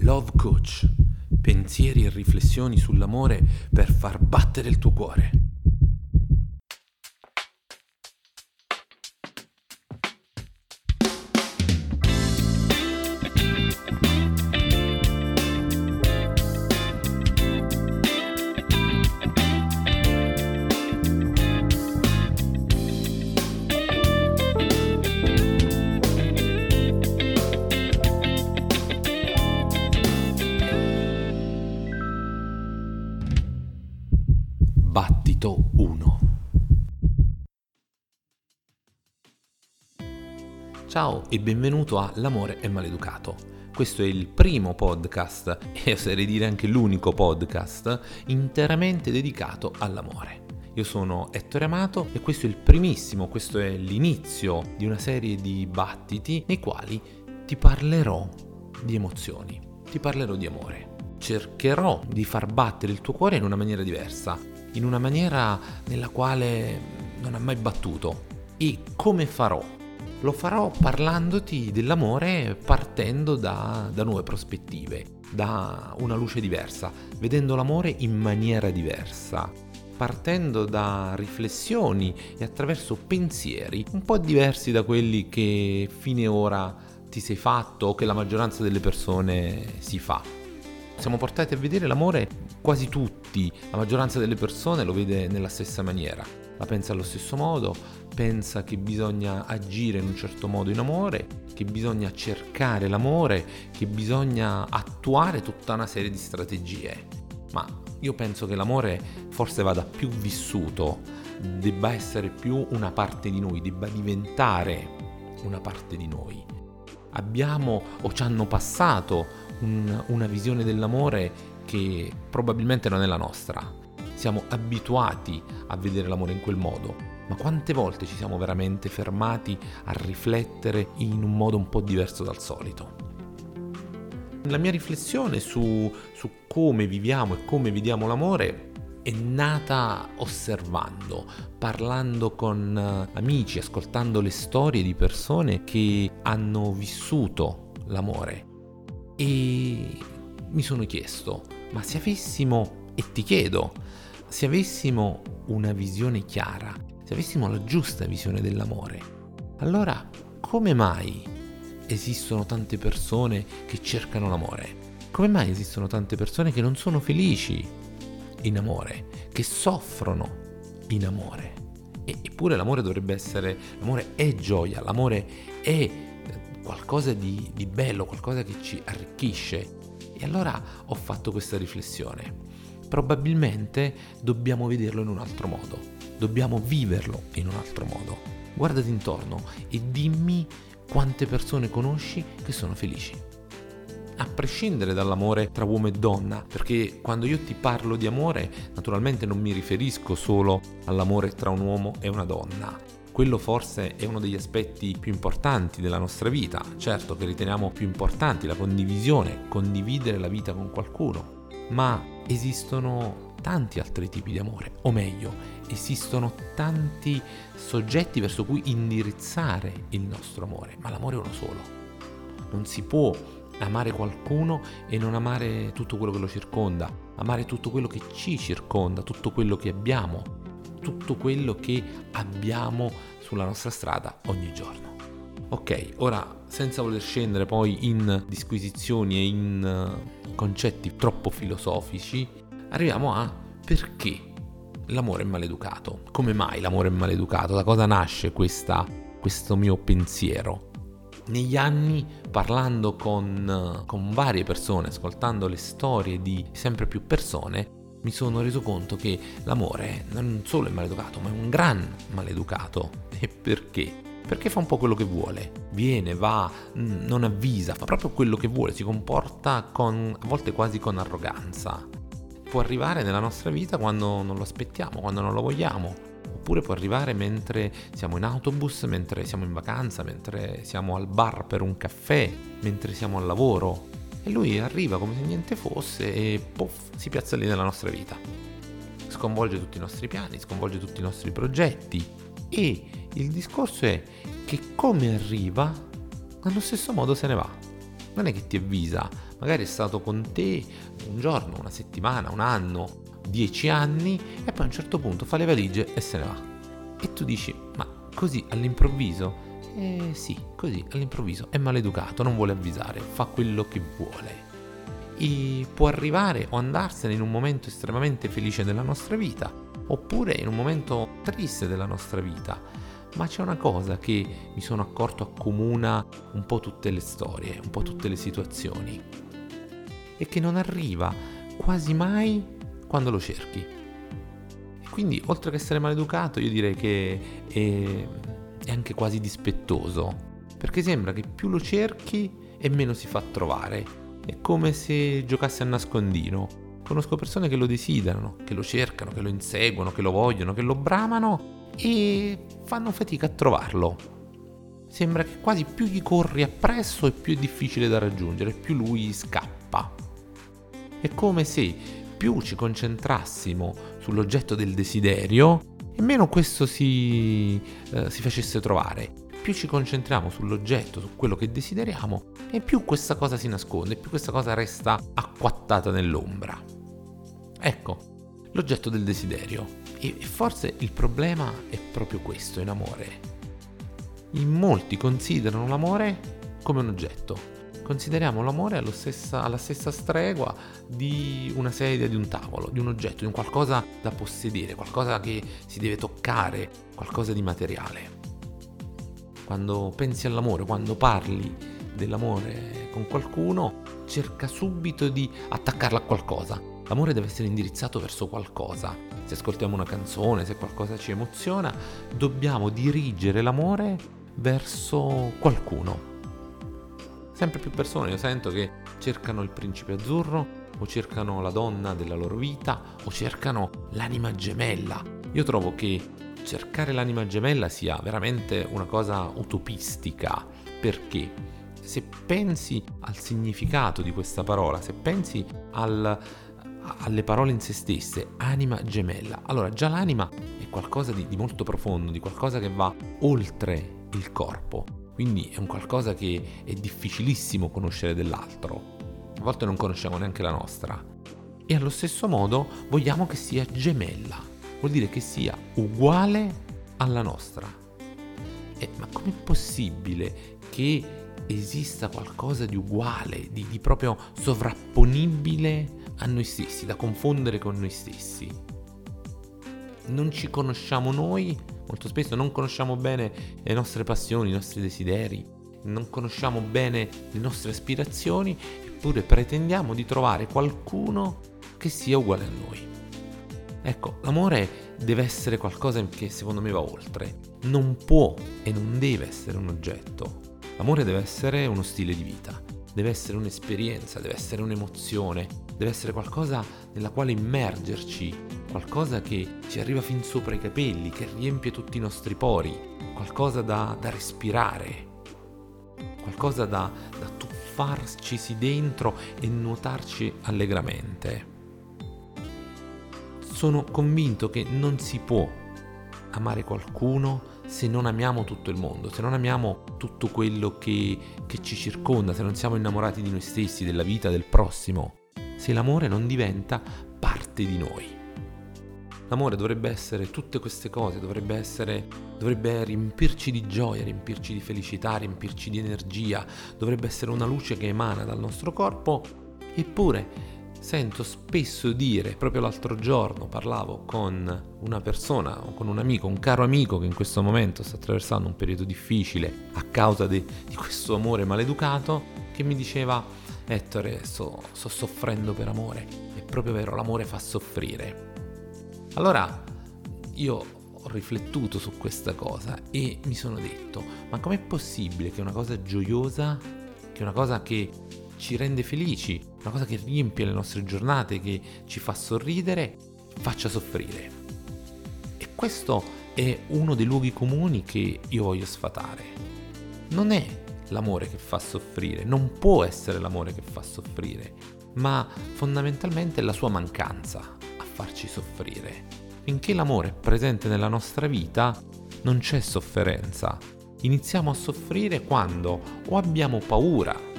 Love Coach, pensieri e riflessioni sull'amore per far battere il tuo cuore. Battito 1. Ciao e benvenuto a L'amore è maleducato. Questo è il primo podcast e oserei dire anche l'unico podcast interamente dedicato all'amore. Io sono Ettore Amato e questo è il primissimo, questo è l'inizio di una serie di battiti nei quali ti parlerò di emozioni, ti parlerò di amore. Cercherò di far battere il tuo cuore in una maniera diversa, in una maniera nella quale non ha mai battuto. E come farò? Lo farò parlandoti dell'amore partendo da nuove prospettive, da una luce diversa, vedendo l'amore in maniera diversa, partendo da riflessioni e attraverso pensieri un po' diversi da quelli che fine ora ti sei fatto o che la maggioranza delle persone si fa. Siamo portati a vedere l'amore quasi tutti, la maggioranza delle persone lo vede nella stessa maniera, la pensa allo stesso modo, pensa che bisogna agire in un certo modo in amore, che bisogna cercare l'amore, che bisogna attuare tutta una serie di strategie. Ma io penso che l'amore forse vada più vissuto, debba essere più una parte di noi, debba diventare una parte di noi. Abbiamo o ci hanno passato una visione dell'amore che probabilmente non è la nostra. Siamo abituati a vedere l'amore in quel modo, ma quante volte ci siamo veramente fermati a riflettere in un modo un po' diverso dal solito? La mia riflessione su come viviamo e come vediamo l'amore è nata osservando, parlando con amici, ascoltando le storie di persone che hanno vissuto l'amore. E mi sono chiesto, ma se avessimo, e ti chiedo, se avessimo una visione chiara, se avessimo la giusta visione dell'amore, allora come mai esistono tante persone che cercano l'amore? Come mai esistono tante persone che non sono felici in amore, che soffrono in amore? Eppure l'amore dovrebbe essere, l'amore è gioia, l'amore è qualcosa di bello, qualcosa che ci arricchisce. E allora ho fatto questa riflessione. Probabilmente dobbiamo vederlo in un altro modo, dobbiamo viverlo in un altro modo. Guardati intorno e dimmi quante persone conosci che sono felici. A prescindere dall'amore tra uomo e donna, perché quando io ti parlo di amore, naturalmente non mi riferisco solo all'amore tra un uomo e una donna. Quello forse è uno degli aspetti più importanti della nostra vita, certo che riteniamo più importanti la condivisione, condividere la vita con qualcuno, ma esistono tanti altri tipi di amore, o meglio, esistono tanti soggetti verso cui indirizzare il nostro amore, ma l'amore è uno solo. Non si può amare qualcuno e non amare tutto quello che lo circonda, amare tutto quello che ci circonda, tutto quello che abbiamo, tutto quello che abbiamo sulla nostra strada ogni giorno. Ok, ora senza voler scendere poi in disquisizioni e in concetti troppo filosofici, arriviamo a perché l'amore è maleducato. Come mai l'amore è maleducato? Da cosa nasce questo mio pensiero? Negli anni, parlando con varie persone, ascoltando le storie di sempre più persone, mi sono reso conto che l'amore non solo è maleducato, ma è un gran maleducato. E perché? Perché fa un po' quello che vuole. Viene, va, non avvisa, fa proprio quello che vuole, si comporta a volte quasi con arroganza. Può arrivare nella nostra vita quando non lo aspettiamo, quando non lo vogliamo. Oppure può arrivare mentre siamo in autobus, mentre siamo in vacanza, mentre siamo al bar per un caffè, mentre siamo al lavoro. E lui arriva come se niente fosse e puff, si piazza lì nella nostra vita. Sconvolge tutti i nostri piani, sconvolge tutti i nostri progetti. E il discorso è che come arriva, allo stesso modo se ne va. non è che ti avvisa, magari è stato con te un giorno, una settimana, un anno, 10 anni e poi a un certo punto fa le valigie e se ne va. E tu dici, ma così all'improvviso? Sì, così all'improvviso, è maleducato, non vuole avvisare, fa quello che vuole. E può arrivare o andarsene in un momento estremamente felice della nostra vita, oppure in un momento triste della nostra vita. Ma c'è una cosa che mi sono accorto accomuna un po' tutte le storie, un po' tutte le situazioni, è che non arriva quasi mai quando lo cerchi. E quindi, oltre che essere maleducato, io direi che è anche quasi dispettoso, perché sembra che più lo cerchi e meno si fa trovare. È come se giocasse a nascondino. Conosco persone che lo desiderano, che lo cercano, che lo inseguono, che lo vogliono, che lo bramano e fanno fatica a trovarlo. Sembra che quasi più gli corri appresso e più è difficile da raggiungere, più lui scappa. È come se più ci concentrassimo sull'oggetto del desiderio e meno questo si facesse trovare. Più ci concentriamo sull'oggetto, su quello che desideriamo, e più questa cosa si nasconde, più questa cosa resta acquattata nell'ombra. Ecco, l'oggetto del desiderio. E forse il problema è proprio questo in amore. In molti considerano l'amore come un oggetto. Consideriamo l'amore alla stessa stregua di una sedia, di un tavolo, di un oggetto, di un qualcosa da possedere, qualcosa che si deve toccare, qualcosa di materiale. Quando pensi all'amore, quando parli dell'amore con qualcuno, cerca subito di attaccarla a qualcosa. L'amore deve essere indirizzato verso qualcosa. Se ascoltiamo una canzone, se qualcosa ci emoziona, dobbiamo dirigere l'amore verso qualcuno. Sempre più persone, io sento che cercano il principe azzurro, o cercano la donna della loro vita, o cercano l'anima gemella. Io trovo che cercare l'anima gemella sia veramente una cosa utopistica, perché se pensi al significato di questa parola, se pensi alle parole in se stesse, anima gemella, allora già l'anima è qualcosa di molto profondo, di qualcosa che va oltre il corpo, quindi è un qualcosa che è difficilissimo conoscere dell'altro, a volte non conosciamo neanche la nostra, e allo stesso modo vogliamo che sia gemella, vuol dire che sia uguale alla nostra. Ma com'è possibile che esista qualcosa di uguale, di proprio sovrapponibile a noi stessi, da confondere con noi stessi? Non ci conosciamo noi, molto spesso non conosciamo bene le nostre passioni, i nostri desideri, non conosciamo bene le nostre aspirazioni, eppure pretendiamo di trovare qualcuno che sia uguale a noi. Ecco, l'amore deve essere qualcosa che secondo me va oltre. Non può e non deve essere un oggetto. L'amore deve essere uno stile di vita, deve essere un'esperienza, deve essere un'emozione, deve essere qualcosa nella quale immergerci, qualcosa che ci arriva fin sopra i capelli, che riempie tutti i nostri pori, qualcosa da respirare, qualcosa da tuffarci dentro e nuotarci allegramente. Sono convinto che non si può amare qualcuno se non amiamo tutto il mondo, se non amiamo tutto quello che ci circonda, se non siamo innamorati di noi stessi, della vita, del prossimo, se l'amore non diventa parte di noi. L'amore dovrebbe essere tutte queste cose, dovrebbe riempirci di gioia, riempirci di felicità, riempirci di energia, dovrebbe essere una luce che emana dal nostro corpo, eppure sento spesso dire, proprio l'altro giorno parlavo con una persona, con un amico, un caro amico che in questo momento sta attraversando un periodo difficile a causa di questo amore maleducato, che mi diceva: Ettore, sto soffrendo per amore. È proprio vero, l'amore fa soffrire. Allora io ho riflettuto su questa cosa e mi sono detto: ma com'è possibile che una cosa gioiosa, che una cosa che ci rende felici, una cosa che riempie le nostre giornate, che ci fa sorridere, faccia soffrire? E questo è uno dei luoghi comuni che io voglio sfatare. Non è l'amore che fa soffrire, non può essere l'amore che fa soffrire, ma fondamentalmente è la sua mancanza a farci soffrire. Finché l'amore è presente nella nostra vita, non c'è sofferenza. Iniziamo a soffrire quando o abbiamo paura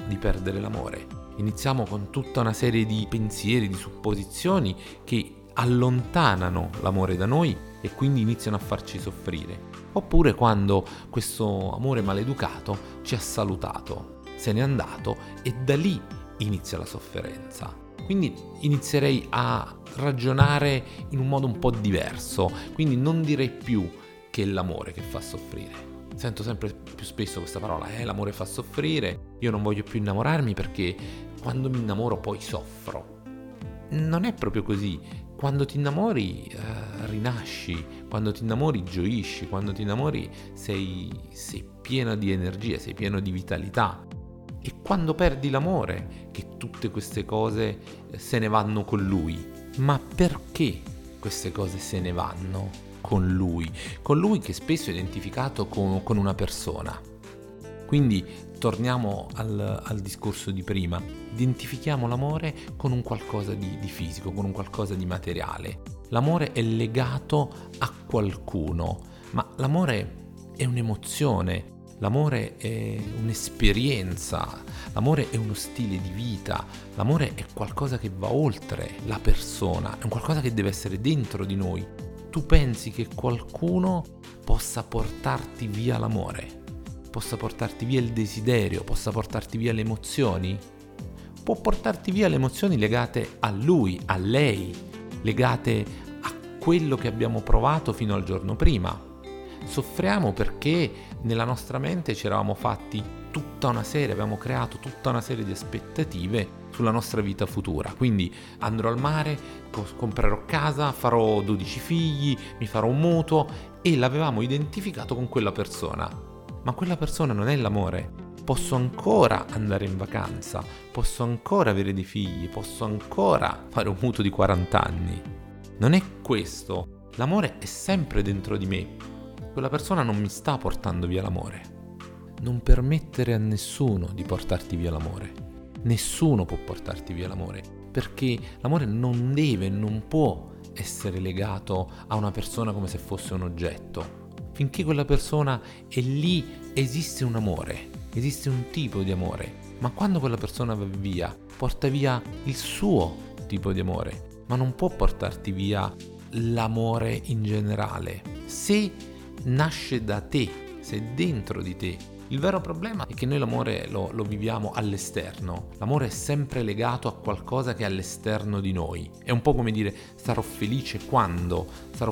di perdere l'amore. Iniziamo con tutta una serie di pensieri, di supposizioni che allontanano l'amore da noi e quindi iniziano a farci soffrire. Oppure quando questo amore maleducato ci ha salutato, se n'è andato e da lì inizia la sofferenza. Quindi inizierei a ragionare in un modo un po' diverso, quindi non direi più che è l'amore che fa soffrire. Sento sempre più spesso questa parola, l'amore fa soffrire, io non voglio più innamorarmi perché quando mi innamoro poi soffro. Non è proprio così. Quando ti innamori rinasci, quando ti innamori gioisci, quando ti innamori sei piena di energia, sei pieno di vitalità. E quando perdi l'amore, che tutte queste cose se ne vanno con lui. Ma perché queste cose se ne vanno con lui? Con lui che spesso è identificato con una persona. Quindi torniamo al discorso di prima, identifichiamo l'amore con un qualcosa di fisico, con un qualcosa di materiale. L'amore è legato a qualcuno, ma l'amore è un'emozione, l'amore è un'esperienza, l'amore è uno stile di vita, l'amore è qualcosa che va oltre la persona, è un qualcosa che deve essere dentro di noi. Tu pensi che qualcuno possa portarti via l'amore? Possa portarti via il desiderio, possa portarti via le emozioni? Può portarti via le emozioni legate a lui, a lei, legate a quello che abbiamo provato fino al giorno prima. Soffriamo perché nella nostra mente ci eravamo fatti abbiamo creato tutta una serie di aspettative sulla nostra vita futura. Quindi andrò al mare, comprerò casa, farò 12 figli, mi farò un mutuo e l'avevamo identificato con quella persona. Ma quella persona non è l'amore. Posso ancora andare in vacanza, posso ancora avere dei figli, posso ancora fare un mutuo di 40 anni. Non è questo. L'amore è sempre dentro di me. Quella persona non mi sta portando via l'amore. Non permettere a nessuno di portarti via l'amore. Nessuno può portarti via l'amore, perché l'amore non deve, non può essere legato a una persona come se fosse un oggetto. Finché quella persona è lì esiste un amore, esiste un tipo di amore, ma quando quella persona va via, porta via il suo tipo di amore, ma non può portarti via l'amore in generale. Se nasce da te, se è dentro di te, il vero problema è che noi l'amore lo viviamo all'esterno. L'amore è sempre legato a qualcosa che è all'esterno di noi. È un po' come dire sarò felice quando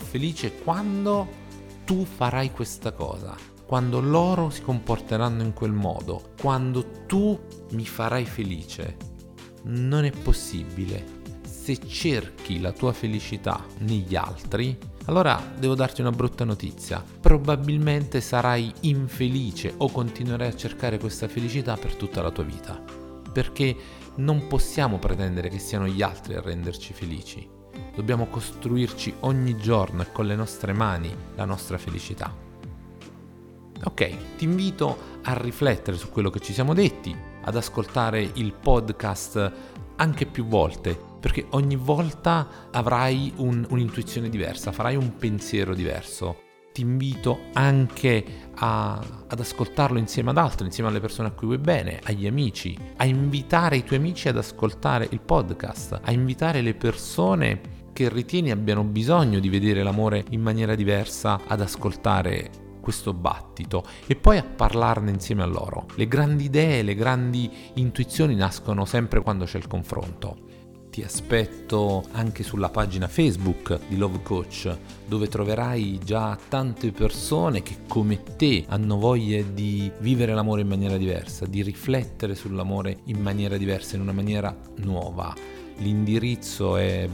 tu farai questa cosa, quando loro si comporteranno in quel modo, quando tu mi farai felice. Non è possibile. Se cerchi la tua felicità negli altri, allora devo darti una brutta notizia. Probabilmente sarai infelice o continuerai a cercare questa felicità per tutta la tua vita. Perché non possiamo pretendere che siano gli altri a renderci felici. Dobbiamo costruirci ogni giorno e con le nostre mani la nostra felicità. Ok, ti invito a riflettere su quello che ci siamo detti, ad ascoltare il podcast anche più volte, perché ogni volta avrai un'intuizione diversa, farai un pensiero diverso. Ti invito anche ad ascoltarlo insieme ad altri, insieme alle persone a cui vuoi bene, agli amici, a invitare i tuoi amici ad ascoltare il podcast, a invitare le persone che ritieni abbiano bisogno di vedere l'amore in maniera diversa ad ascoltare questo battito e poi a parlarne insieme a loro. Le grandi idee, le grandi intuizioni nascono sempre quando c'è il confronto. Ti aspetto anche sulla pagina Facebook di Love Coach, dove troverai già tante persone che come te hanno voglia di vivere l'amore in maniera diversa, di riflettere sull'amore in maniera diversa, in una maniera nuova. L'indirizzo è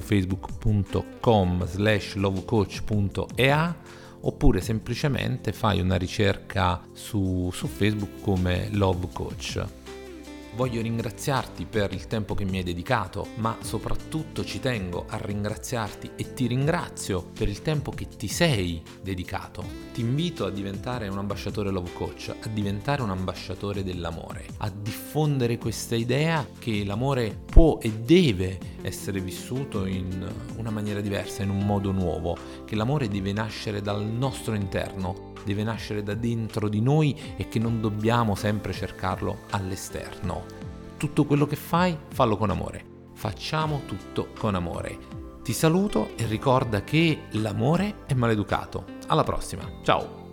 www.facebook.com/lovecoach.ea oppure semplicemente fai una ricerca su Facebook come Love Coach. Voglio ringraziarti per il tempo che mi hai dedicato, ma soprattutto ci tengo a ringraziarti e ti ringrazio per il tempo che ti sei dedicato. Ti invito a diventare un ambasciatore Love Coach, a diventare un ambasciatore dell'amore, a diffondere questa idea che l'amore può e deve essere vissuto in una maniera diversa, in un modo nuovo, che l'amore deve nascere dal nostro interno, deve nascere da dentro di noi e che non dobbiamo sempre cercarlo all'esterno. Tutto quello che fai, fallo con amore. Facciamo tutto con amore. Ti saluto e ricorda che l'amore è maleducato. Alla prossima, ciao!